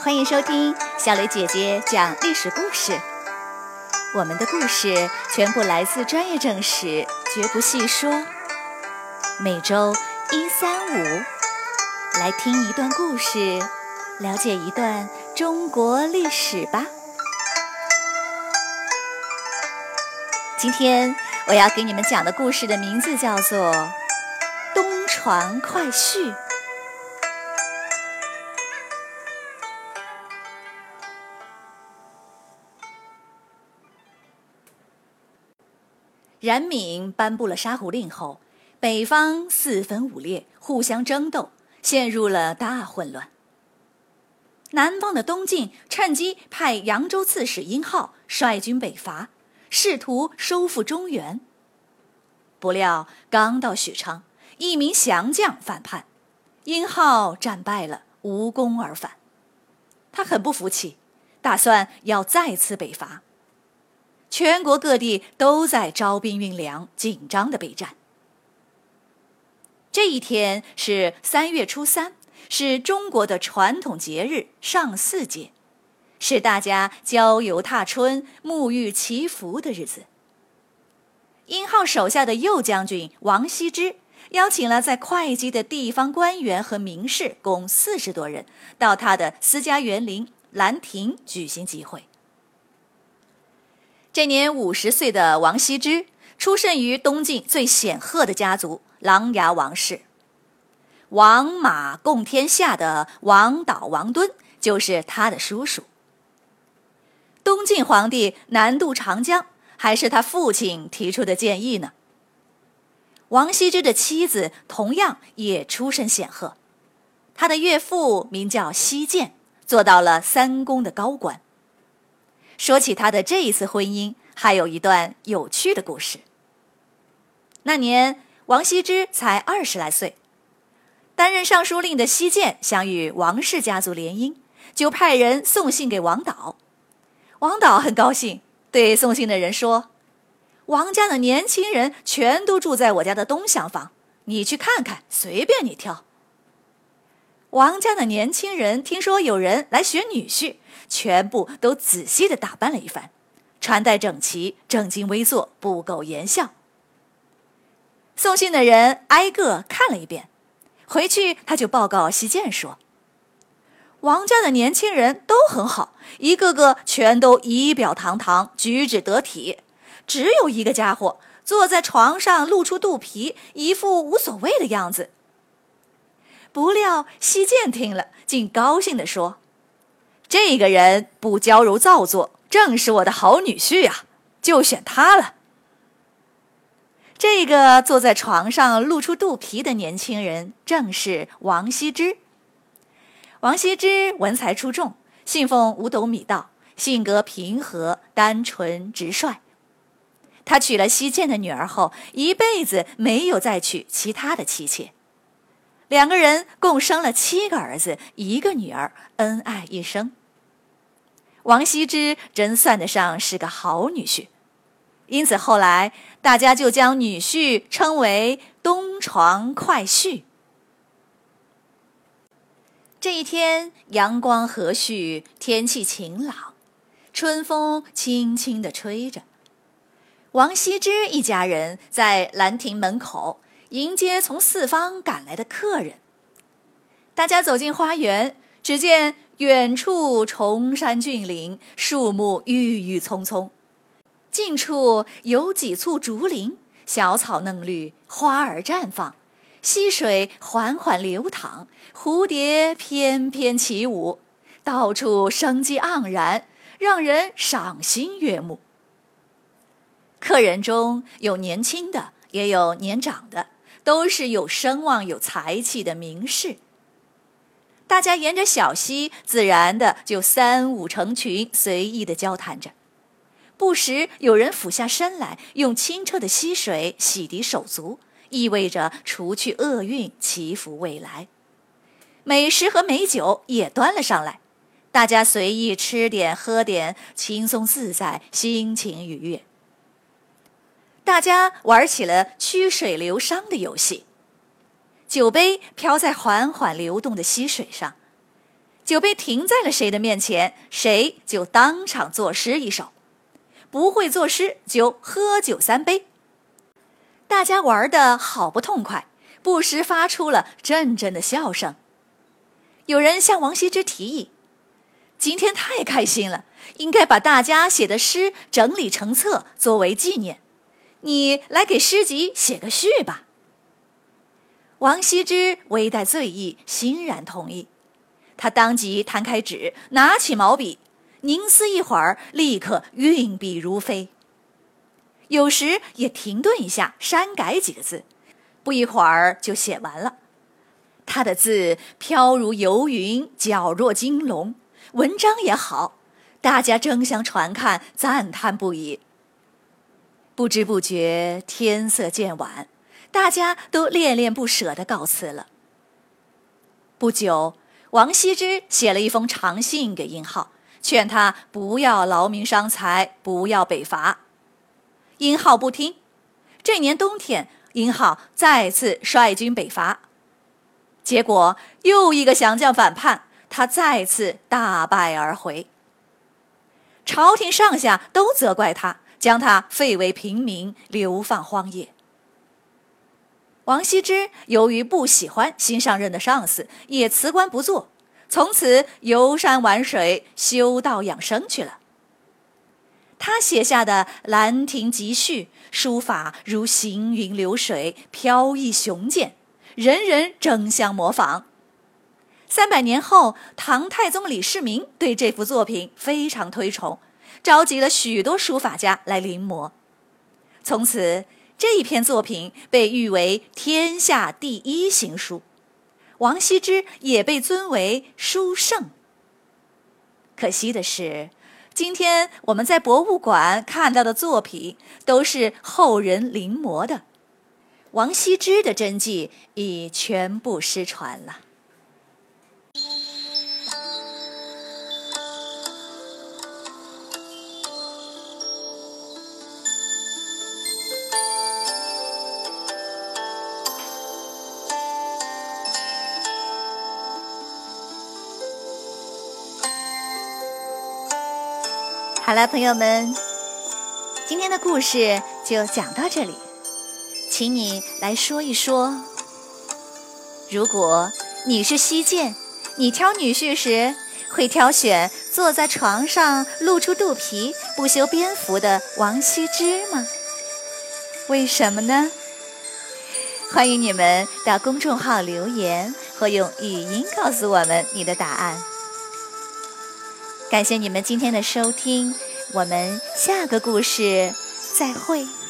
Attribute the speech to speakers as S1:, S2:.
S1: 欢迎收听小磊姐姐讲历史故事。我们的故事全部来自专业正史，绝不细说。每周1、3、5来听一段故事，了解一段中国历史吧。今天我要给你们讲的故事的名字叫做《东床快婿》。冉闵颁布了杀胡令后，北方四分五裂，互相争斗，陷入了大混乱。南方的东晋趁机派扬州刺史殷浩率军北伐，试图收复中原。不料刚到许昌，一名降将反叛，殷浩战败了，无功而返。他很不服气，打算要再次北伐。全国各地都在招兵运粮，紧张的备战。这一天是3月初3，是中国的传统节日上巳节，是大家郊游踏春、沐浴祈福的日子。殷浩手下的右将军王羲之邀请了在会稽的地方官员和名士共40多人，到他的私家园林兰亭举行集会。这年50岁的王羲之出生于东晋最显赫的家族琅琊王氏。王马共天下的王导、王敦就是他的叔叔。东晋皇帝南渡长江还是他父亲提出的建议呢。王羲之的妻子同样也出身显赫，他的岳父名叫羲建，做到了3公的高官。说起他的这一次婚姻，还有一段有趣的故事。那年王羲之才20来岁，担任尚书令的羲建想与王氏家族联姻，就派人送信给王导。王导很高兴，对送信的人说：王家的年轻人全都住在我家的东厢房，你去看看，随便你挑。王家的年轻人听说有人来选女婿，全部都仔细地打扮了一番，穿戴整齐，正襟危坐，不苟言笑。送信的人挨个看了一遍，回去他就报告羲建说：王家的年轻人都很好，一个个全都仪表堂堂，举止得体，只有一个家伙坐在床上露出肚皮，一副无所谓的样子。不料羲建听了，竟高兴地说：这个人不娇柔造作，正是我的好女婿啊，就选他了。这个坐在床上露出肚皮的年轻人正是王羲之。王羲之文才出众，信奉五斗米道，性格平和、单纯、直率。他娶了羲建的女儿后，一辈子没有再娶其他的妻妾。2个人共生了7个儿子，1个女儿，恩爱一生。王羲之真算得上是个好女婿，因此后来大家就将女婿称为东床快婿。这一天阳光和煦，天气晴朗，春风轻轻地吹着。王羲之一家人在兰亭门口迎接从4方赶来的客人。大家走进花园，只见远处崇山峻岭，树木郁郁葱葱，近处有几簇竹林，小草嫩绿，花儿绽放，溪水缓缓流淌，蝴蝶翩翩起舞，到处生机盎然，让人赏心悦目。客人中有年轻的，也有年长的，都是有声望有才气的名士。大家沿着小溪自然的就3、5成群，随意的交谈着。不时有人俯下身来，用清澈的溪水洗涤手足，意味着除去厄运，祈福未来。美食和美酒也端了上来，大家随意吃点喝点，轻松自在，心情愉悦。大家玩起了曲水流觞的游戏，酒杯飘在缓缓流动的溪水上， 酒杯停在了谁的面前，谁就当场作诗一首，不会作诗就喝酒3杯。大家玩得好不痛快，不时发出了阵阵的笑声。有人向王羲之提议，今天太开心了，应该把大家写的诗整理成册作为纪念，你来给诗集写个序吧。王羲之微带醉意，欣然同意。他当即摊开纸，拿起毛笔，凝思一会儿，立刻运笔如飞。有时也停顿一下，删改几个字，不一会儿就写完了。他的字飘如游云，皎若金龙，文章也好，大家争相传看，赞叹不已。不知不觉天色渐晚，大家都恋恋不舍地告辞了。不久，王羲之写了一封长信给殷浩，劝他不要劳民伤财，不要北伐。殷浩不听。这年冬天，殷浩再次率军北伐，结果又一个降将反叛，他再次大败而回。朝廷上下都责怪他，将他废为平民，流放荒野。王羲之由于不喜欢新上任的上司，也辞官不做，从此游山玩水，修道养生去了。他写下的《兰亭集序》书法如行云流水，飘逸雄健，人人争相模仿。300年后，唐太宗李世民对这幅作品非常推崇，召集了许多书法家来临摹。从此，这一篇作品被誉为天下第一行书，王羲之也被尊为书圣。可惜的是，今天我们在博物馆看到的作品都是后人临摹的，王羲之的真迹已全部失传了。好了，朋友们，今天的故事就讲到这里，请你来说一说，如果你是西涧，你挑女婿时会挑选坐在床上露出肚皮不修边幅的王羲之吗？为什么呢？欢迎你们到公众号留言或用语音告诉我们你的答案。感谢你们今天的收听，我们下个故事再会。